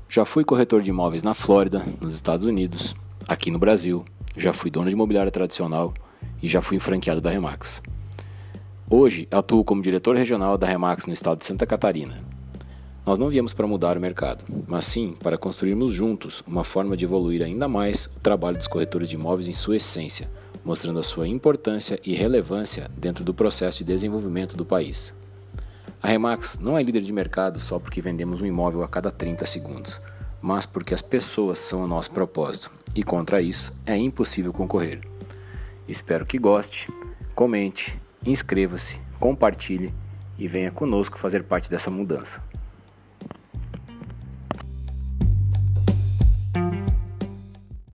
Já fui corretor de imóveis na Flórida, nos Estados Unidos, aqui no Brasil, já fui dono de imobiliária tradicional e já fui franqueado da Remax. Hoje atuo como diretor regional da Remax no estado de Santa Catarina. Nós não viemos para mudar o mercado, mas sim para construirmos juntos uma forma de evoluir ainda mais o trabalho dos corretores de imóveis em sua essência, mostrando a sua importância e relevância dentro do processo de desenvolvimento do país. A Remax não é líder de mercado só porque vendemos um imóvel a cada 30 segundos, mas porque as pessoas são o nosso propósito e contra isso é impossível concorrer. Espero que goste, comente, inscreva-se, compartilhe e venha conosco fazer parte dessa mudança.